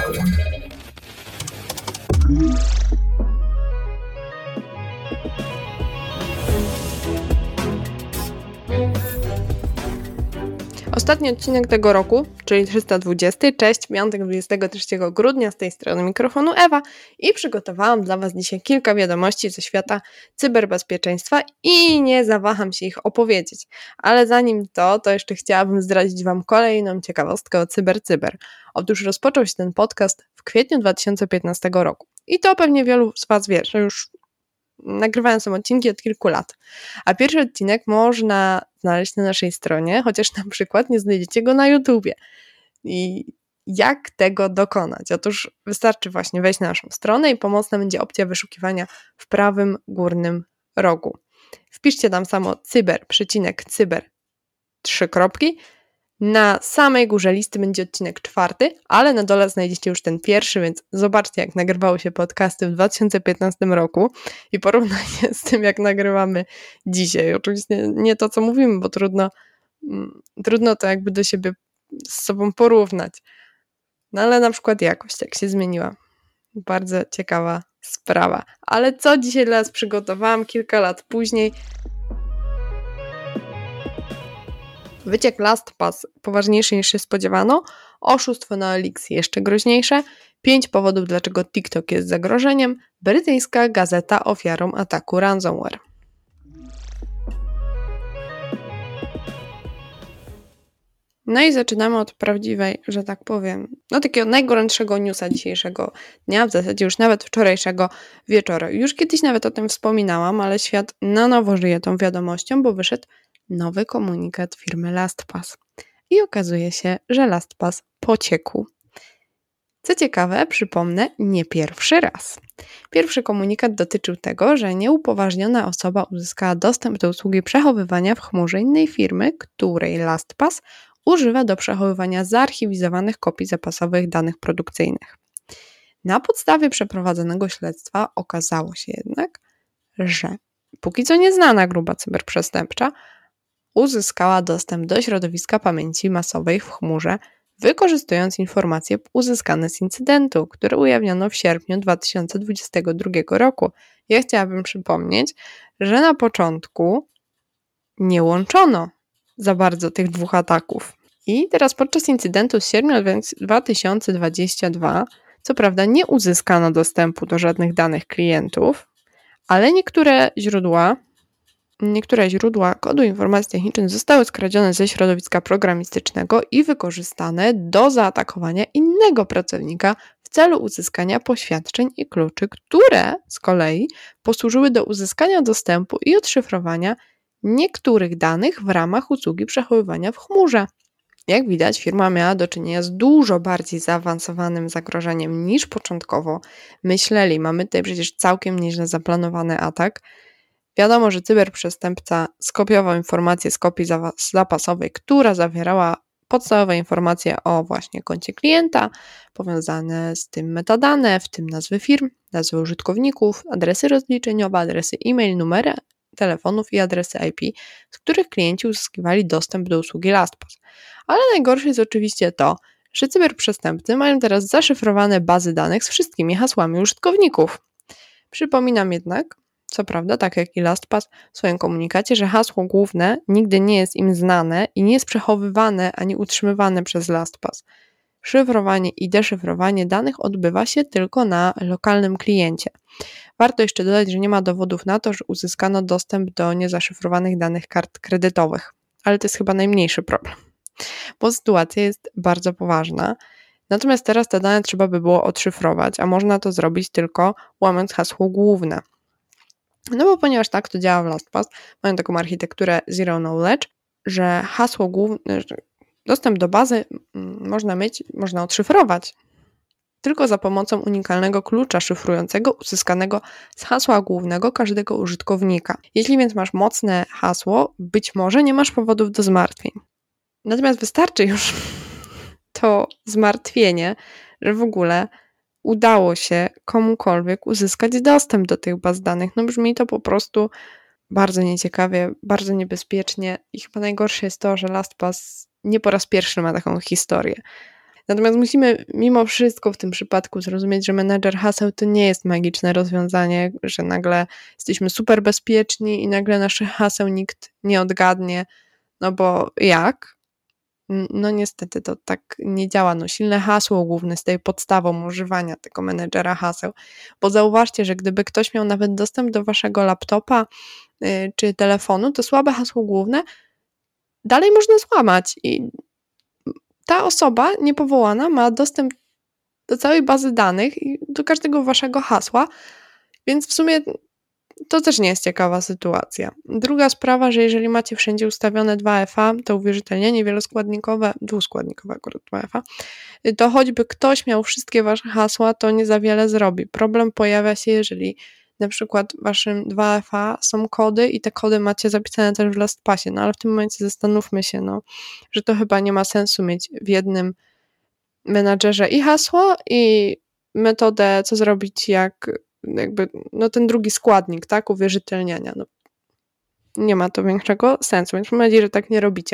Ostatni odcinek tego roku, czyli 320. Cześć, piątek 23 grudnia, z tej strony mikrofonu Ewa i przygotowałam dla Was dzisiaj kilka wiadomości ze świata cyberbezpieczeństwa i nie zawaham się ich opowiedzieć. Ale zanim to jeszcze chciałabym zdradzić Wam kolejną ciekawostkę o cyber. Otóż rozpoczął się ten podcast w kwietniu 2015 roku i to pewnie wielu z Was wie, że już nagrywałem są odcinki od kilku lat. A pierwszy odcinek można znaleźć na naszej stronie, chociaż na przykład nie znajdziecie go na YouTubie. I jak tego dokonać? Otóż wystarczy właśnie wejść na naszą stronę i pomocna będzie opcja wyszukiwania w prawym górnym rogu. Wpiszcie tam samo cyber, 3 kropki. Na samej górze listy będzie odcinek 4, ale na dole znajdziecie już ten pierwszy, więc zobaczcie, jak nagrywały się podcasty w 2015 roku i porównajcie z tym, jak nagrywamy dzisiaj. Oczywiście nie to, co mówimy, bo trudno to jakby do siebie z sobą porównać. No ale na przykład jakość, jak się zmieniła. Bardzo ciekawa sprawa. Ale co dzisiaj dla Was przygotowałam kilka lat później? Wyciek LastPass poważniejszy niż się spodziewano, oszustwo na OLX jeszcze groźniejsze, 5 powodów, dlaczego TikTok jest zagrożeniem, brytyjska gazeta ofiarą ataku ransomware. No i zaczynamy od prawdziwej, że tak powiem, takiego najgorętszego newsa dzisiejszego dnia, w zasadzie już nawet wczorajszego wieczoru. Już kiedyś nawet o tym wspominałam, ale świat na nowo żyje tą wiadomością, bo wyszedł nowy komunikat firmy LastPass. I okazuje się, że LastPass pociekł. Co ciekawe, przypomnę, nie pierwszy raz. Pierwszy komunikat dotyczył tego, że nieupoważniona osoba uzyskała dostęp do usługi przechowywania w chmurze innej firmy, której LastPass używa do przechowywania zarchiwizowanych kopii zapasowych danych produkcyjnych. Na podstawie przeprowadzonego śledztwa okazało się jednak, że póki co nieznana grupa cyberprzestępcza uzyskała dostęp do środowiska pamięci masowej w chmurze, wykorzystując informacje uzyskane z incydentu, który ujawniono w sierpniu 2022 roku. Ja chciałabym przypomnieć, że na początku nie łączono za bardzo tych dwóch ataków. I teraz podczas incydentu z sierpnia 2022, co prawda nie uzyskano dostępu do żadnych danych klientów, ale niektóre źródła kodu informacji technicznych zostały skradzione ze środowiska programistycznego i wykorzystane do zaatakowania innego pracownika w celu uzyskania poświadczeń i kluczy, które z kolei posłużyły do uzyskania dostępu i odszyfrowania niektórych danych w ramach usługi przechowywania w chmurze. Jak widać, firma miała do czynienia z dużo bardziej zaawansowanym zagrożeniem niż początkowo myśleli. Mamy tutaj przecież całkiem nieźle zaplanowany atak. Wiadomo, że cyberprzestępca skopiował informację z kopii zapasowej, która zawierała podstawowe informacje o właśnie koncie klienta, powiązane z tym metadane, w tym nazwy firm, nazwy użytkowników, adresy rozliczeniowe, adresy e-mail, numery telefonów i adresy IP, z których klienci uzyskiwali dostęp do usługi LastPass. Ale najgorsze jest oczywiście to, że cyberprzestępcy mają teraz zaszyfrowane bazy danych z wszystkimi hasłami użytkowników. Przypominam jednak, co prawda, tak jak i LastPass w swoim komunikacie, że hasło główne nigdy nie jest im znane i nie jest przechowywane ani utrzymywane przez LastPass. Szyfrowanie i deszyfrowanie danych odbywa się tylko na lokalnym kliencie. Warto jeszcze dodać, że nie ma dowodów na to, że uzyskano dostęp do niezaszyfrowanych danych kart kredytowych. Ale to jest chyba najmniejszy problem, bo sytuacja jest bardzo poważna. Natomiast teraz te dane trzeba by było odszyfrować, a można to zrobić tylko łamiąc hasło główne. No bo ponieważ tak to działa w LastPass, mają taką architekturę Zero Knowledge, że hasło główne, dostęp do bazy można odszyfrować tylko za pomocą unikalnego klucza szyfrującego uzyskanego z hasła głównego każdego użytkownika. Jeśli więc masz mocne hasło, być może nie masz powodów do zmartwień. Natomiast wystarczy już to zmartwienie, że w ogóle udało się komukolwiek uzyskać dostęp do tych baz danych. Brzmi to po prostu bardzo nieciekawie, bardzo niebezpiecznie i chyba najgorsze jest to, że LastPass nie po raz pierwszy ma taką historię. Natomiast musimy mimo wszystko w tym przypadku zrozumieć, że menedżer haseł to nie jest magiczne rozwiązanie, że nagle jesteśmy super bezpieczni i nagle naszych haseł nikt nie odgadnie, no bo jak? No niestety to tak nie działa. No, silne hasło główne staje podstawą używania tego menedżera haseł, bo zauważcie, że gdyby ktoś miał nawet dostęp do waszego laptopa czy telefonu, to słabe hasło główne dalej można złamać i ta osoba niepowołana ma dostęp do całej bazy danych i do każdego waszego hasła, więc w sumie to też nie jest ciekawa sytuacja. Druga sprawa, że jeżeli macie wszędzie ustawione 2FA, to uwierzytelnienie wieloskładnikowe, dwuskładnikowe akurat 2FA, to choćby ktoś miał wszystkie wasze hasła, to nie za wiele zrobi. Problem pojawia się, jeżeli na przykład w waszym 2FA są kody i te kody macie zapisane też w LastPassie, no ale w tym momencie zastanówmy się, no, że to chyba nie ma sensu mieć w jednym menadżerze i hasło, i metodę, co zrobić, jak jakby, no ten drugi składnik, tak, uwierzytelniania. No, nie ma to większego sensu, więc mam nadzieję, że tak nie robicie.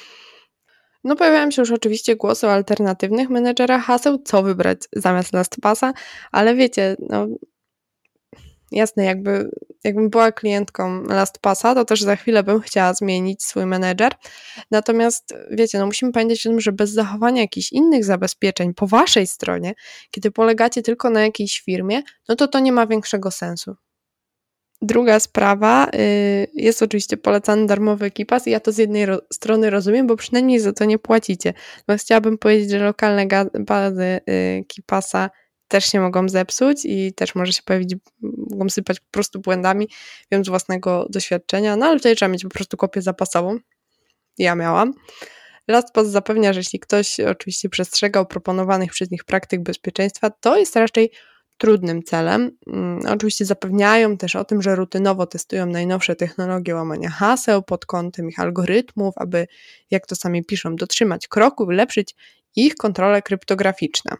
No pojawiają się już oczywiście głosy o alternatywnych menedżerach haseł, co wybrać zamiast LastPassa, ale wiecie, no jasne, jakbym była klientką LastPassa, to też za chwilę bym chciała zmienić swój menedżer. Natomiast wiecie, no musimy pamiętać o tym, że bez zachowania jakichś innych zabezpieczeń po waszej stronie, kiedy polegacie tylko na jakiejś firmie, no to nie ma większego sensu. Druga sprawa, jest oczywiście polecany darmowy KeePass i ja to z jednej strony rozumiem, bo przynajmniej za to nie płacicie. Natomiast chciałabym powiedzieć, że lokalne bazy KeePassa też się mogą zepsuć i też może się pojawić, mogą sypać po prostu błędami, wiem z własnego doświadczenia, no ale tutaj trzeba mieć po prostu kopię zapasową. Ja miałam. LastPass zapewnia, że jeśli ktoś oczywiście przestrzegał proponowanych przez nich praktyk bezpieczeństwa, to jest raczej trudnym celem. Oczywiście zapewniają też o tym, że rutynowo testują najnowsze technologie łamania haseł pod kątem ich algorytmów, aby, jak to sami piszą, dotrzymać kroku, ulepszyć ich kontrole kryptograficzne.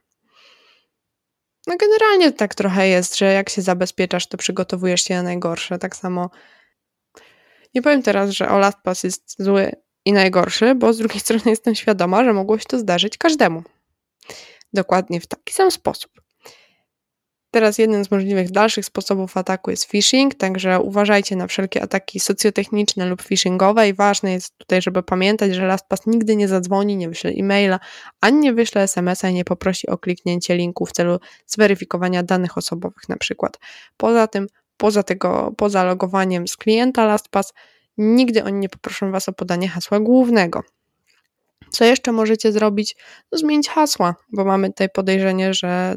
No generalnie tak trochę jest, że jak się zabezpieczasz, to przygotowujesz się na najgorsze. Tak samo nie powiem teraz, że o LastPass jest zły i najgorszy, bo z drugiej strony jestem świadoma, że mogło się to zdarzyć każdemu. Dokładnie w taki sam sposób. Teraz jeden z możliwych dalszych sposobów ataku jest phishing, także uważajcie na wszelkie ataki socjotechniczne lub phishingowe i ważne jest tutaj, żeby pamiętać, że LastPass nigdy nie zadzwoni, nie wyśle e-maila, ani nie wyśle SMS-a i nie poprosi o kliknięcie linku w celu zweryfikowania danych osobowych na przykład. Poza tym, poza logowaniem z klienta LastPass, nigdy oni nie poproszą was o podanie hasła głównego. Co jeszcze możecie zrobić? No, zmienić hasła, bo mamy tutaj podejrzenie, że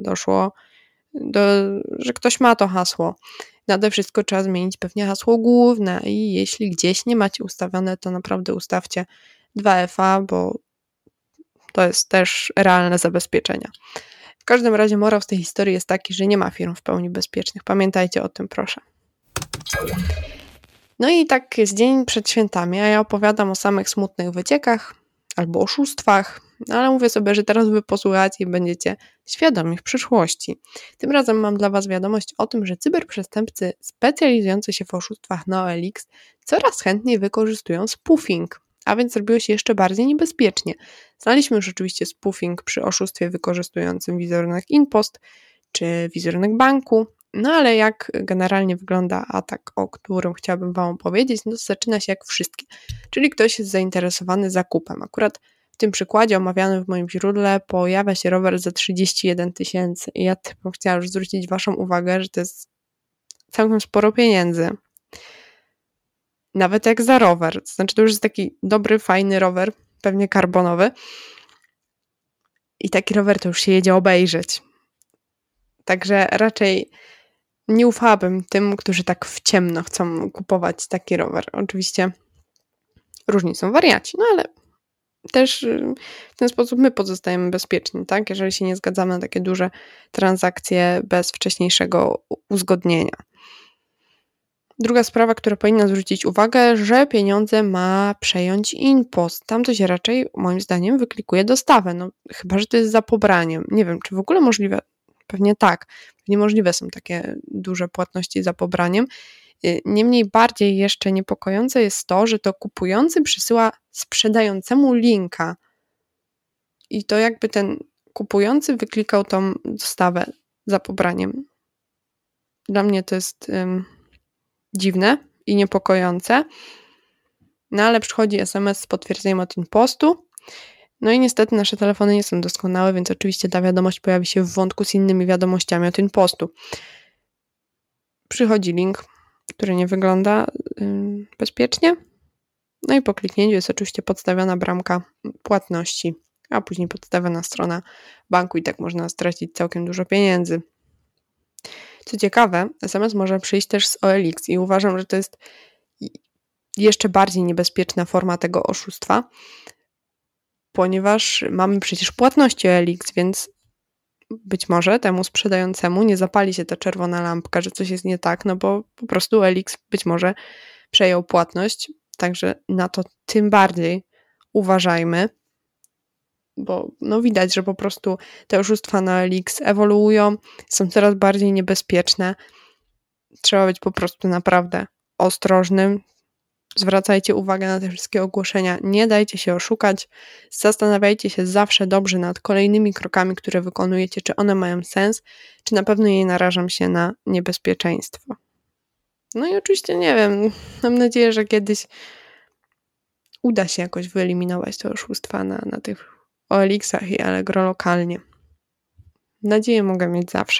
że ktoś ma to hasło. Nade wszystko trzeba zmienić pewnie hasło główne i jeśli gdzieś nie macie ustawione, to naprawdę ustawcie 2FA, bo to jest też realne zabezpieczenia. W każdym razie morał z tej historii jest taki, że nie ma firm w pełni bezpiecznych. Pamiętajcie o tym, proszę. No i tak jest dzień przed świętami, a ja opowiadam o samych smutnych wyciekach albo oszustwach, ale mówię sobie, że teraz wy posłuchacie i będziecie świadomi w przyszłości. Tym razem mam dla was wiadomość o tym, że cyberprzestępcy specjalizujący się w oszustwach na OLX coraz chętniej wykorzystują spoofing, a więc zrobiło się jeszcze bardziej niebezpiecznie. Znaliśmy już oczywiście spoofing przy oszustwie wykorzystującym wizerunek InPost czy wizerunek banku, no ale jak generalnie wygląda atak, o którym chciałabym wam opowiedzieć, no to zaczyna się jak wszystkie, czyli ktoś jest zainteresowany zakupem. Akurat w tym przykładzie omawianym w moim źródle pojawia się rower za 31 000 i ja bym chciała już zwrócić waszą uwagę, że to jest całkiem sporo pieniędzy. Nawet jak za rower, to znaczy to już jest taki dobry, fajny rower, pewnie karbonowy i taki rower to już się jedzie obejrzeć. Także raczej nie ufałabym tym, którzy tak w ciemno chcą kupować taki rower. Oczywiście różni są wariaci, no ale też w ten sposób my pozostajemy bezpieczni, tak? Jeżeli się nie zgadzamy na takie duże transakcje bez wcześniejszego uzgodnienia. Druga sprawa, która powinna zwrócić uwagę, że pieniądze ma przejąć InPost. Tam to się raczej, moim zdaniem, wyklikuje dostawę. No, chyba że to jest za pobraniem. Nie wiem, czy w ogóle możliwe. Pewnie tak. Niemożliwe są takie duże płatności za pobraniem. Niemniej bardziej jeszcze niepokojące jest to, że to kupujący przysyła sprzedającemu linka. I to jakby ten kupujący wyklikał tą dostawę za pobraniem. Dla mnie to jest dziwne i niepokojące. No ale przychodzi SMS z potwierdzeniem od InPostu. No i niestety nasze telefony nie są doskonałe, więc oczywiście ta wiadomość pojawi się w wątku z innymi wiadomościami od InPostu. Przychodzi link, który nie wygląda bezpiecznie. No i po kliknięciu jest oczywiście podstawiona bramka płatności, a później podstawiona strona banku i tak można stracić całkiem dużo pieniędzy. Co ciekawe, SMS może przyjść też z OLX i uważam, że to jest jeszcze bardziej niebezpieczna forma tego oszustwa, ponieważ mamy przecież płatności OLX, więc być może temu sprzedającemu nie zapali się ta czerwona lampka, że coś jest nie tak, no bo po prostu OLX być może przejął płatność, także na to tym bardziej uważajmy, bo no widać, że po prostu te oszustwa na OLX ewoluują, są coraz bardziej niebezpieczne. Trzeba być po prostu naprawdę ostrożnym. Zwracajcie uwagę na te wszystkie ogłoszenia, nie dajcie się oszukać, zastanawiajcie się zawsze dobrze nad kolejnymi krokami, które wykonujecie, czy one mają sens, czy na pewno nie narażam się na niebezpieczeństwo. No i oczywiście nie wiem, mam nadzieję, że kiedyś uda się jakoś wyeliminować te oszustwa na tych OLX-ach i Allegro lokalnie. Nadzieję mogę mieć zawsze.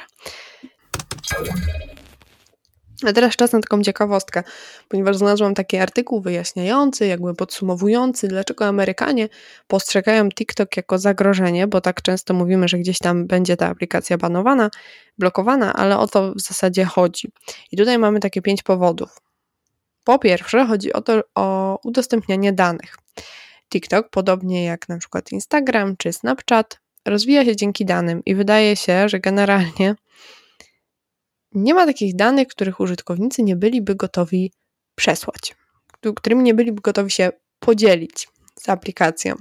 A teraz czas na taką ciekawostkę, ponieważ znalazłam taki artykuł wyjaśniający, jakby podsumowujący, dlaczego Amerykanie postrzegają TikTok jako zagrożenie, bo tak często mówimy, że gdzieś tam będzie ta aplikacja banowana, blokowana, ale o to w zasadzie chodzi. I tutaj mamy takie 5 powodów. Po pierwsze, chodzi o udostępnianie danych. TikTok, podobnie jak na przykład Instagram czy Snapchat, rozwija się dzięki danym i wydaje się, że generalnie nie ma takich danych, których użytkownicy nie byliby gotowi przesłać, którymi nie byliby gotowi się podzielić z aplikacją.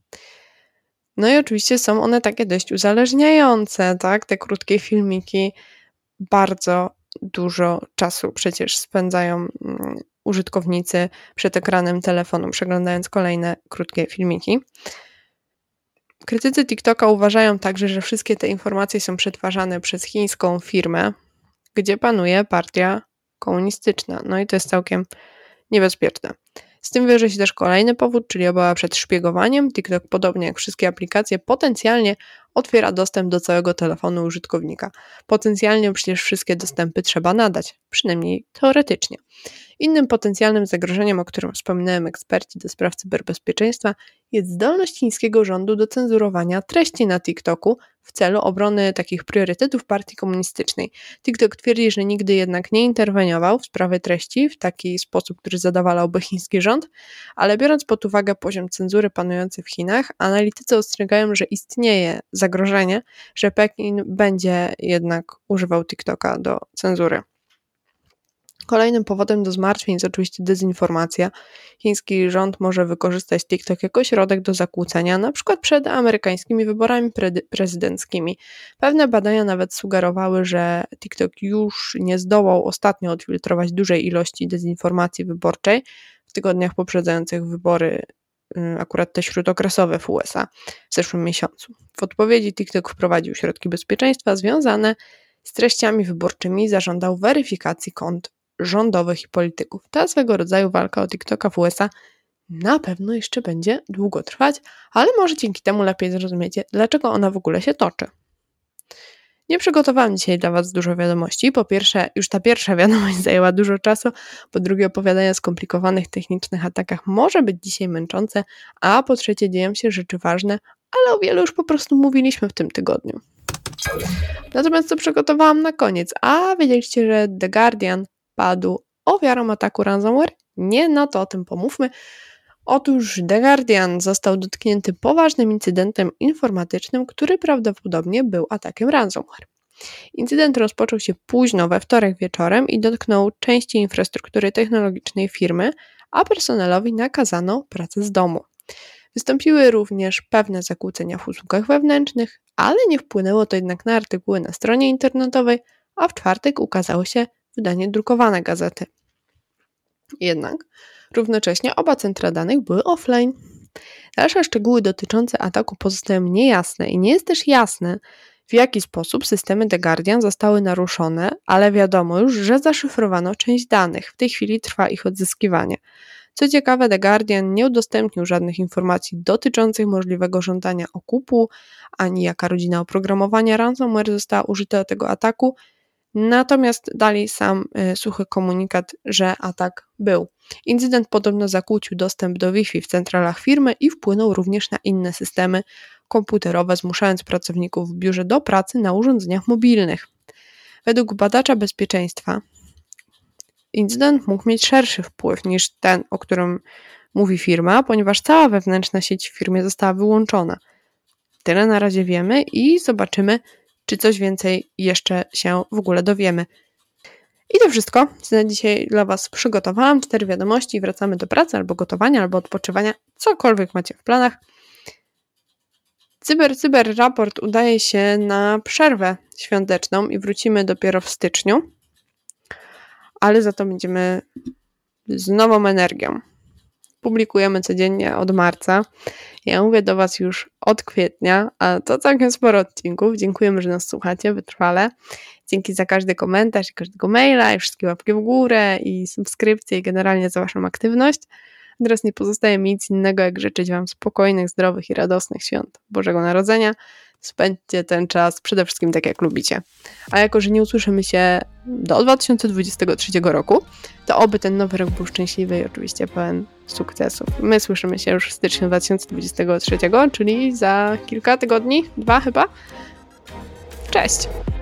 No i oczywiście są one takie dość uzależniające, tak? Te krótkie filmiki bardzo dużo czasu przecież spędzają użytkownicy przed ekranem telefonu, przeglądając kolejne krótkie filmiki. Krytycy TikToka uważają także, że wszystkie te informacje są przetwarzane przez chińską firmę, gdzie panuje partia komunistyczna. No i to jest całkiem niebezpieczne. Z tym wiąże się też kolejny powód, czyli obawa przed szpiegowaniem. TikTok, podobnie jak wszystkie aplikacje, potencjalnie otwiera dostęp do całego telefonu użytkownika. Potencjalnie przecież wszystkie dostępy trzeba nadać, przynajmniej teoretycznie. Innym potencjalnym zagrożeniem, o którym wspominałem eksperci do spraw cyberbezpieczeństwa, jest zdolność chińskiego rządu do cenzurowania treści na TikToku w celu obrony takich priorytetów partii komunistycznej. TikTok twierdzi, że nigdy jednak nie interweniował w sprawy treści w taki sposób, który zadawalałby chiński rząd, ale biorąc pod uwagę poziom cenzury panujący w Chinach, analitycy ostrzegają, że istnieje zagrożenie, że Pekin będzie jednak używał TikToka do cenzury. Kolejnym powodem do zmartwień jest oczywiście dezinformacja. Chiński rząd może wykorzystać TikTok jako środek do zakłócenia, np. przed amerykańskimi wyborami prezydenckimi. Pewne badania nawet sugerowały, że TikTok już nie zdołał ostatnio odfiltrować dużej ilości dezinformacji wyborczej w tygodniach poprzedzających wybory, akurat te śródokresowe w USA w zeszłym miesiącu. W odpowiedzi TikTok wprowadził środki bezpieczeństwa związane z treściami wyborczymi i zażądał weryfikacji kont rządowych i polityków. Ta swego rodzaju walka o TikToka w USA na pewno jeszcze będzie długo trwać, ale może dzięki temu lepiej zrozumiecie, dlaczego ona w ogóle się toczy. Nie przygotowałam dzisiaj dla Was dużo wiadomości. Po pierwsze, już ta pierwsza wiadomość zajęła dużo czasu, po drugie, opowiadanie o skomplikowanych technicznych atakach może być dzisiaj męczące, a po trzecie, dzieją się rzeczy ważne, ale o wielu już po prostu mówiliśmy w tym tygodniu. Natomiast co przygotowałam na koniec? A wiedzieliście, że The Guardian padł ofiarą ataku ransomware? Nie, no to o tym pomówmy. Otóż The Guardian został dotknięty poważnym incydentem informatycznym, który prawdopodobnie był atakiem ransomware. Incydent rozpoczął się późno we wtorek wieczorem i dotknął części infrastruktury technologicznej firmy, a personelowi nakazano pracę z domu. Wystąpiły również pewne zakłócenia w usługach wewnętrznych, ale nie wpłynęło to jednak na artykuły na stronie internetowej, a w czwartek ukazało się wydanie drukowane gazety. Jednak równocześnie oba centra danych były offline. Dalsze szczegóły dotyczące ataku pozostają niejasne i nie jest też jasne, w jaki sposób systemy The Guardian zostały naruszone, ale wiadomo już, że zaszyfrowano część danych. W tej chwili trwa ich odzyskiwanie. Co ciekawe, The Guardian nie udostępnił żadnych informacji dotyczących możliwego żądania okupu, ani jaka rodzina oprogramowania ransomware została użyta do tego ataku, natomiast dali sam suchy komunikat, że atak był. Incydent podobno zakłócił dostęp do Wi-Fi w centralach firmy i wpłynął również na inne systemy komputerowe, zmuszając pracowników w biurze do pracy na urządzeniach mobilnych. Według badacza bezpieczeństwa incydent mógł mieć szerszy wpływ niż ten, o którym mówi firma, ponieważ cała wewnętrzna sieć w firmie została wyłączona. Tyle na razie wiemy i zobaczymy, czy coś więcej jeszcze się w ogóle dowiemy. I to wszystko, co na dzisiaj dla Was przygotowałam. 4 wiadomości, wracamy do pracy, albo gotowania, albo odpoczywania, cokolwiek macie w planach. Cyber raport udaje się na przerwę świąteczną i wrócimy dopiero w styczniu, ale za to będziemy z nową energią. Publikujemy codziennie od marca. Ja mówię do Was już od kwietnia, a to całkiem sporo odcinków. Dziękujemy, że nas słuchacie wytrwale. Dzięki za każdy komentarz i każdego maila i wszystkie łapki w górę i subskrypcje i generalnie za Waszą aktywność. Teraz nie pozostaje mi nic innego, jak życzyć Wam spokojnych, zdrowych i radosnych świąt Bożego Narodzenia. Spędźcie ten czas przede wszystkim tak, jak lubicie. A jako, że nie usłyszymy się do 2023 roku, to oby ten nowy rok był szczęśliwy i oczywiście pełen sukcesów. My słyszymy się już w styczniu 2023, czyli za kilka tygodni, 2 chyba. Cześć!